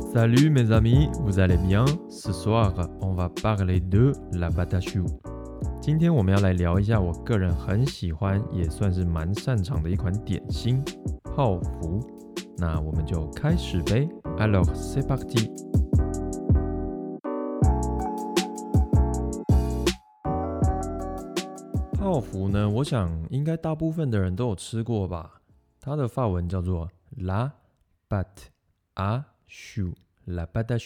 Salut mes amis, vous allez bien? Ce soir, on va parler de la batachou. 今天我们要来聊一下我个人很喜欢，也算是蛮擅长的一款点心——泡芙。那我们就开始呗。Alors, c'est parti. 泡芙呢，我想应该大部分的人都有吃过吧。它的法文叫做 la batachou。La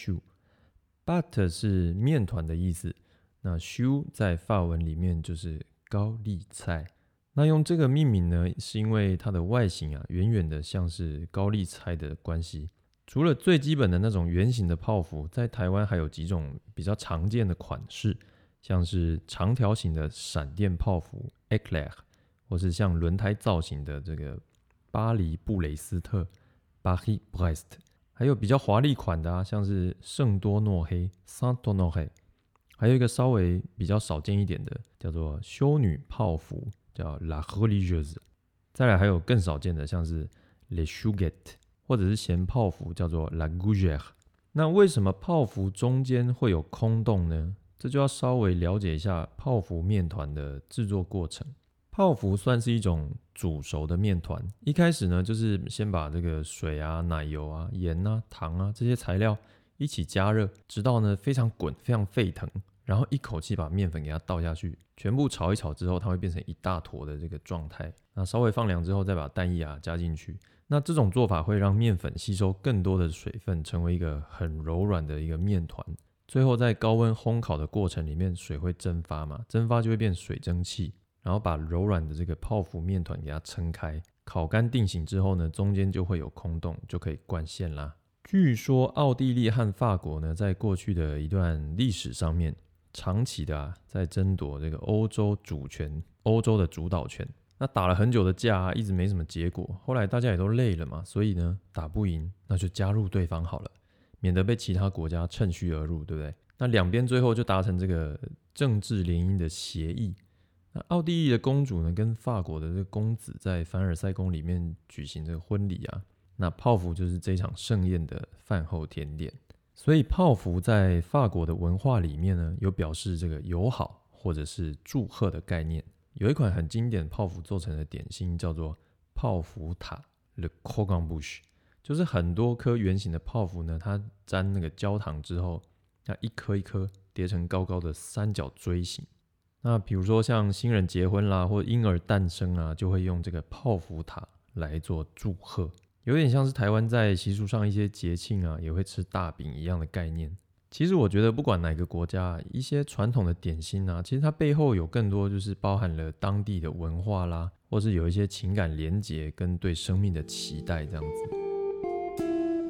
batachou，bat 是面团的意思，那 chou 在法文里面就是高丽菜。那用这个命名呢，是因为它的外形啊，远远的像是高丽菜的关系。除了最基本的那种圆形的泡芙，在台湾还有几种比较常见的款式，像是长条形的闪电泡芙 eclair， 或是像轮胎造型的这个巴黎布雷斯特 Paris Brest， 还有比较华丽款的啊，像是圣多诺黑 Saint Honoré， 还有一个稍微比较少见一点的叫做修女泡芙，叫 La Religieuse。 再来还有更少见的像是 Les Chouguettes， 或者是咸泡芙叫做 La Gougère。 那为什么泡芙中间会有空洞呢？这就要稍微了解一下泡芙面团的制作过程。泡芙算是一种煮熟的面团，一开始呢，就是先把这个水啊、奶油啊、盐啊、糖啊这些材料一起加热，直到呢非常滚、非常沸腾，然后一口气把面粉给它倒下去，全部炒一炒之后，它会变成一大坨的这个状态。那稍微放凉之后，再把蛋液啊加进去。那这种做法会让面粉吸收更多的水分，成为一个很柔软的一个面团。最后在高温烘烤的过程里面，水会蒸发嘛，蒸发就会变水蒸气，然后把柔软的这个泡芙面团给它撑开，烤干定型之后呢，中间就会有空洞，就可以灌馅啦。据说奥地利和法国呢，在过去的一段历史上面，长期的在争夺这个欧洲主权、欧洲的主导权。那打了很久的架一直没什么结果，后来大家也都累了嘛，所以呢，打不赢，那就加入对方好了，免得被其他国家趁虚而入，对不对？那两边最后就达成这个政治联姻的协议。那奥地利的公主呢，跟法国的这个公子在凡尔赛宫里面举行这个婚礼啊。那泡芙就是这场盛宴的饭后甜点。所以泡芙在法国的文化里面呢，有表示这个友好或者是祝贺的概念。有一款很经典泡芙做成的点心叫做泡芙塔 Le Croquant Bouche， 就是很多颗圆形的泡芙呢，它沾那个焦糖之后，那一颗一颗叠成高高的三角锥形。那比如说像新人结婚啦，或婴儿诞生啊，就会用这个泡芙塔来做祝贺，有点像是台湾在习俗上一些节庆啊，也会吃大饼一样的概念。其实我觉得不管哪个国家，一些传统的点心啊，其实它背后有更多就是包含了当地的文化啦，或是有一些情感连结跟对生命的期待这样子。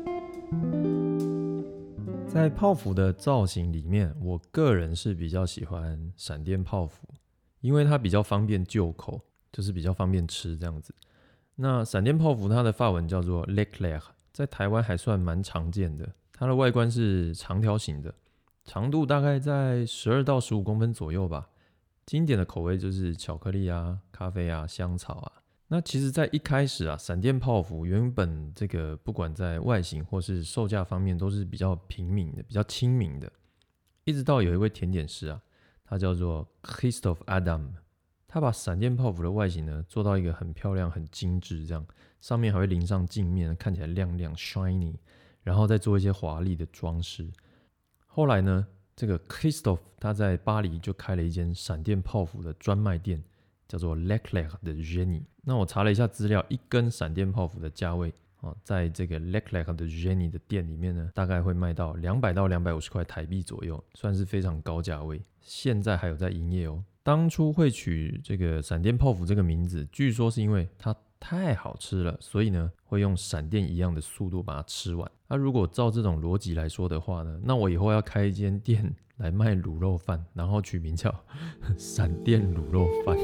在泡芙的造型里面，我个人是比较喜欢闪电泡芙，因为它比较方便就口，就是比较方便吃这样子。那闪电泡芙它的法文叫做 l'éclair， 在台湾还算蛮常见的。它的外观是长条形的，长度大概在12到15公分左右吧。经典的口味就是巧克力啊、咖啡啊、香草啊。那其实在一开始啊，闪电泡芙原本这个不管在外形或是售价方面都是比较平民的、比较亲民的。一直到有一位甜点师啊，他叫做 Christophe Adam， 他把闪电泡芙的外形呢做到一个很漂亮、很精致，这样上面还会淋上镜面，看起来亮亮 shiny， 然后再做一些华丽的装饰。后来呢，这个 Christophe 他在巴黎就开了一间闪电泡芙的专卖店，叫做 L'Eclair de Génie。 那我查了一下资料，一根闪电泡芙的价位在这个 L'Eclair de Génie 的店里面呢，大概会卖到200到250块台币左右，算是非常高价位。现在还有在营业哦。当初会取这个闪电泡芙这个名字，据说是因为它太好吃了，所以呢会用闪电一样的速度把它吃完。如果照这种逻辑来说的话呢，那我以后要开一间店来卖卤肉饭，然后取名叫闪电卤肉饭。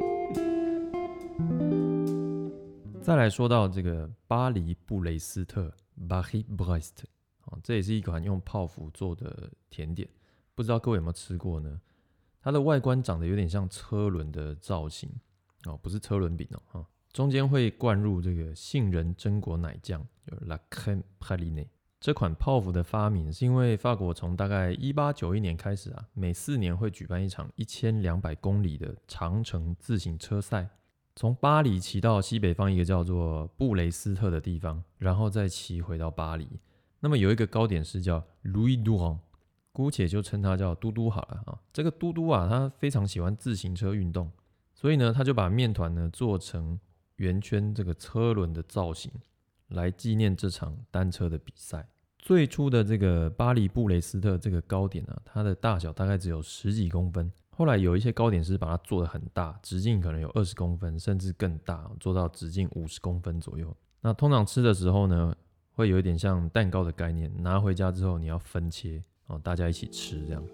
再来说到这个巴黎布雷斯特 Paris Brest， 这也是一款用泡芙做的甜点，不知道各位有没有吃过呢？它的外观长得有点像车轮的造型不是车轮饼中间会灌入这个杏仁榛果奶酱，就是 La Crème Pralinée， 这款泡芙的发明是因为法国从大概1891年开始啊，每4年会举办一场1200公里的长程自行车赛，从巴黎骑到西北方一个叫做布雷斯特的地方，然后再骑回到巴黎。那么有一个糕点师叫 Louis Durand， 姑且就称他叫嘟嘟好了啊。这个嘟嘟啊，他非常喜欢自行车运动，所以呢，他就把面团呢做成圆圈这个车轮的造型，来纪念这场单车的比赛。最初的这个巴黎布雷斯特这个糕点啊，它的大小大概只有10几公分。后来有一些糕点师把它做得很大，直径可能有20公分，甚至更大，做到直径50公分左右。那通常吃的时候呢，会有一点像蛋糕的概念，拿回家之后你要分切哦，大家一起吃这样。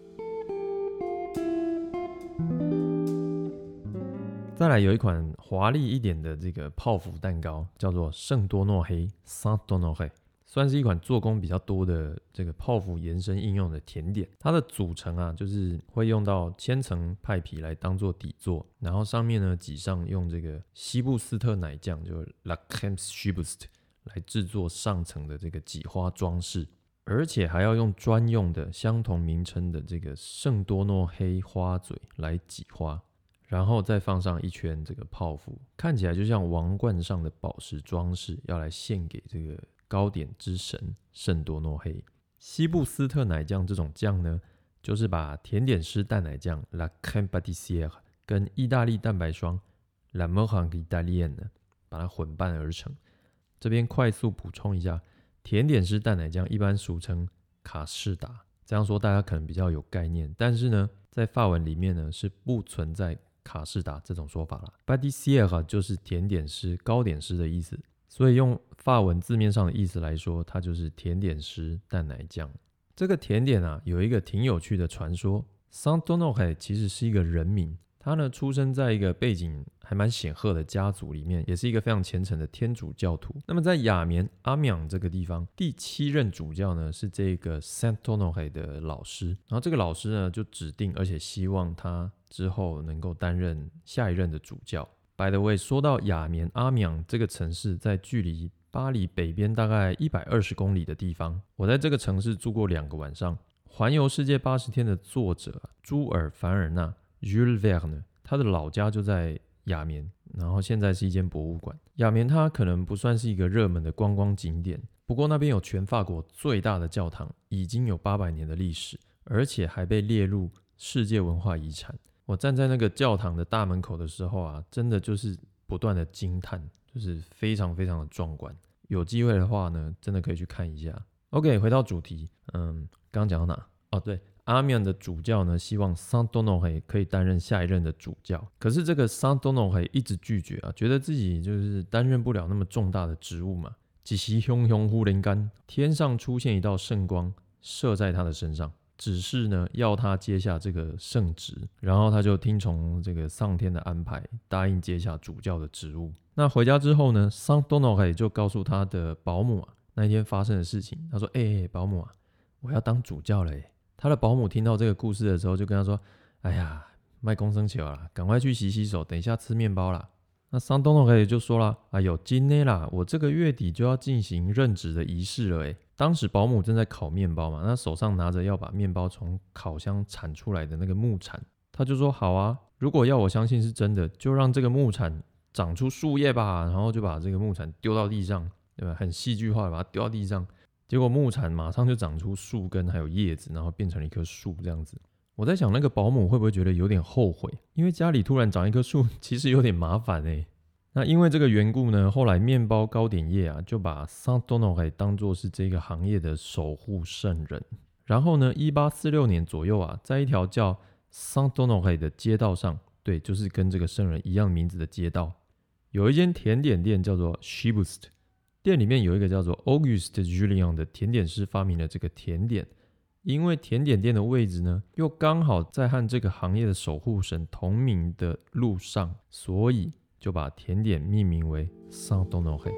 再来有一款华丽一点的这个泡芙蛋糕，叫做圣多诺黑 （Saint Honoré），算是一款做工比较多的这个泡芙延伸应用的甜点。它的组成啊，就是会用到千层派皮来当做底座，然后上面呢挤上用这个西布斯特奶酱，就 La Crème Chibouste 来制作上层的这个挤花装饰，而且还要用专用的相同名称的这个圣多诺黑花嘴来挤花。然后再放上一圈这个泡芙，看起来就像王冠上的宝石装饰，要来献给这个糕点之神圣多诺黑。西布斯特奶酱这种酱呢，就是把甜点师淡奶酱 La Crème Pâtissière 跟意大利蛋白霜 La Morange Italienne 把它混拌而成。这边快速补充一下，甜点师淡奶酱一般俗称卡士达，这样说大家可能比较有概念，但是呢，在法文里面呢是不存在卡士达这种说法啦。 Pâtissière 就是甜点师、糕点师的意思，所以用法文字面上的意思来说，它就是甜点师淡奶酱。这个甜点啊，有一个挺有趣的传说， Saint Honoré 其实是一个人名，他呢出生在一个背景还蛮显赫的家族里面，也是一个非常虔诚的天主教徒。那么在亚眠阿缅这个地方，第7任主教呢是这个 Saint Honoré 的老师，然后这个老师呢就指定而且希望他之后能够担任下一任的主教。 By the way， 说到亚眠阿缅这个城市，在距离巴黎北边大概120公里的地方，我在这个城市住过2个晚上。环游世界80天的作者朱尔凡尔纳 Jules Verne， 他的老家就在亚眠，然后现在是一间博物馆。亚眠它可能不算是一个热门的观光景点，不过那边有全法国最大的教堂，已经有800年的历史，而且还被列入世界文化遗产。我站在那个教堂的大门口的时候啊，真的就是不断的惊叹，就是非常非常的壮观。有机会的话呢，真的可以去看一下。OK， 回到主题，刚刚讲到哪？哦，对，阿缅的主教呢，希望 Saint Honoré 可以担任下一任的主教，可是这个 Saint Honoré 一直拒绝啊，觉得自己就是担任不了那么重大的职务嘛。几时汹汹忽然间，天上出现一道圣光，射在他的身上。只是呢，要他接下这个圣职，然后他就听从这个上天的安排，答应接下主教的职务。那回家之后呢，Saint Honoré就告诉他的保姆啊，那一天发生的事情。他说：“保姆啊，我要当主教了。”他的保姆听到这个故事的时候，就跟他说：“哎呀，卖公生球啦，赶快去洗洗手，等一下吃面包啦。”那Saint Honoré就说啦：“哎呦，今天啦，我这个月底就要进行任职的仪式了。”当时保姆正在烤面包嘛，那手上拿着要把面包从烤箱铲出来的那个木铲，他就说：“好啊，如果要我相信是真的，就让这个木铲长出树叶吧。”然后就把这个木铲丢到地上，对吧？很戏剧化的把它丢到地上，结果木铲马上就长出树根还有叶子，然后变成了一棵树这样子。我在想那个保姆会不会觉得有点后悔，因为家里突然长一棵树，其实有点麻烦那因为这个缘故呢，后来面包糕点业啊就把 Saint Honoré 当作是这个行业的守护圣人。然后呢，1846年左右啊，在一条叫 Saint Honoré 的街道上，对，就是跟这个圣人一样名字的街道，有一间甜点店叫做 Chibouste， 店里面有一个叫做 Auguste Julien 的甜点师发明了这个甜点。因为甜点店的位置呢，又刚好在和这个行业的守护神同名的路上，所以就把甜点命名为 Saint Honoré。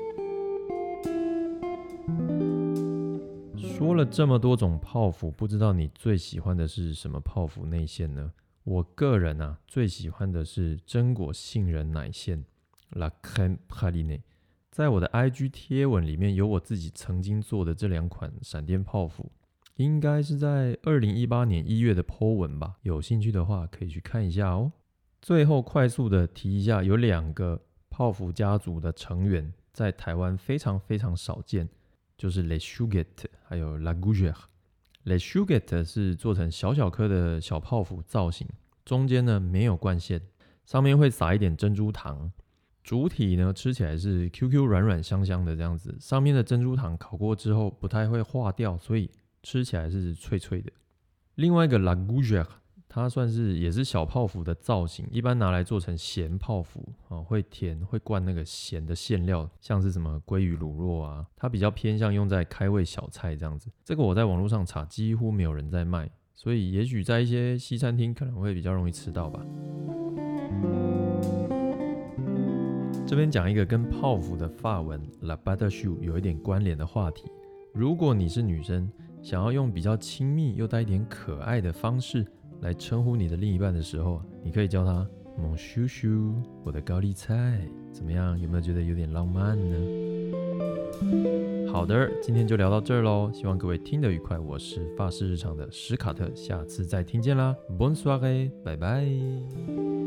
说了这么多种泡芙，不知道你最喜欢的是什么泡芙内馅呢？我个人啊，最喜欢的是榛果杏仁奶馅 La Crème Pralinée， 在我的 IG 贴文里面有我自己曾经做的这2款闪电泡芙，应该是在2018年1月的 po 文吧，有兴趣的话可以去看一下哦。最后快速的提一下，有2个泡芙家族的成员在台湾非常非常少见，就是 Les Chouguettes 还有 La Gougère。Les Chouguettes 是做成小小颗的小泡芙造型，中间呢没有灌馅，上面会撒一点珍珠糖，主体呢吃起来是 QQ 软软香香的这样子，上面的珍珠糖烤过之后不太会化掉，所以吃起来是脆脆的。另外一个 La Gougère， 它算是也是小泡芙的造型，一般拿来做成咸泡芙，会甜，会灌那个咸的馅料，像是什么鲑鱼乳酪啊，它比较偏向用在开胃小菜这样子。这个我在网络上查，几乎没有人在卖，所以也许在一些西餐厅可能会比较容易吃到吧。这边讲一个跟泡芙的法文 La Pâte à choux 有一点关联的话题。如果你是女生，想要用比较亲密又带一点可爱的方式来称呼你的另一半的时候，你可以叫他 Mon chouchou， 我的高丽菜，怎么样？有没有觉得有点浪漫呢？好的，今天就聊到这儿咯，希望各位听得愉快。我是法式日常的史卡特，下次再听见啦 ，Bonne soirée， 拜拜。